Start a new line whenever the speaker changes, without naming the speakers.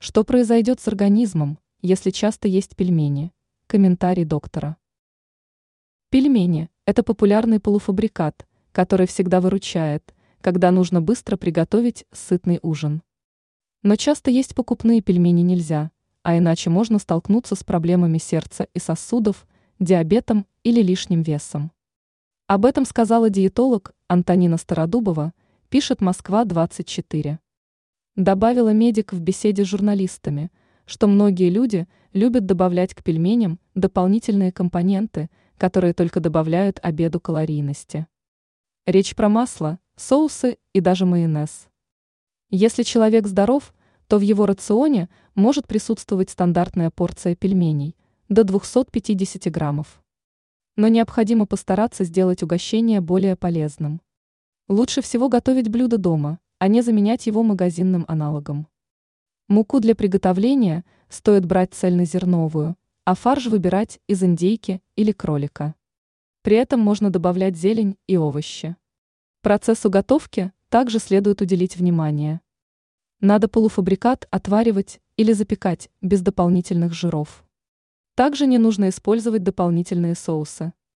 Что произойдет с организмом, если часто есть пельмени? Комментарий доктора. Пельмени – это популярный полуфабрикат, который всегда выручает, когда нужно быстро приготовить сытный ужин. Но часто есть покупные пельмени нельзя, а иначе можно столкнуться с проблемами сердца и сосудов, диабетом или лишним весом. Об этом сказала диетолог Антонина Стародубова, пишет Москва-24. Добавила медик в беседе с журналистами, что многие люди любят добавлять к пельменям дополнительные компоненты, которые только добавляют обеду калорийности. Речь про масло, соусы и даже майонез. Если человек здоров, то в его рационе может присутствовать стандартная порция пельменей до 250 граммов. Но необходимо постараться сделать угощение более полезным. Лучше всего готовить блюдо дома, а не заменять его магазинным аналогом. Муку для приготовления стоит брать цельнозерновую, а фарш выбирать из индейки или кролика. При этом можно добавлять зелень и овощи. Процессу готовки также следует уделить внимание. Надо полуфабрикат отваривать или запекать без дополнительных жиров. Также не нужно использовать дополнительные соусы.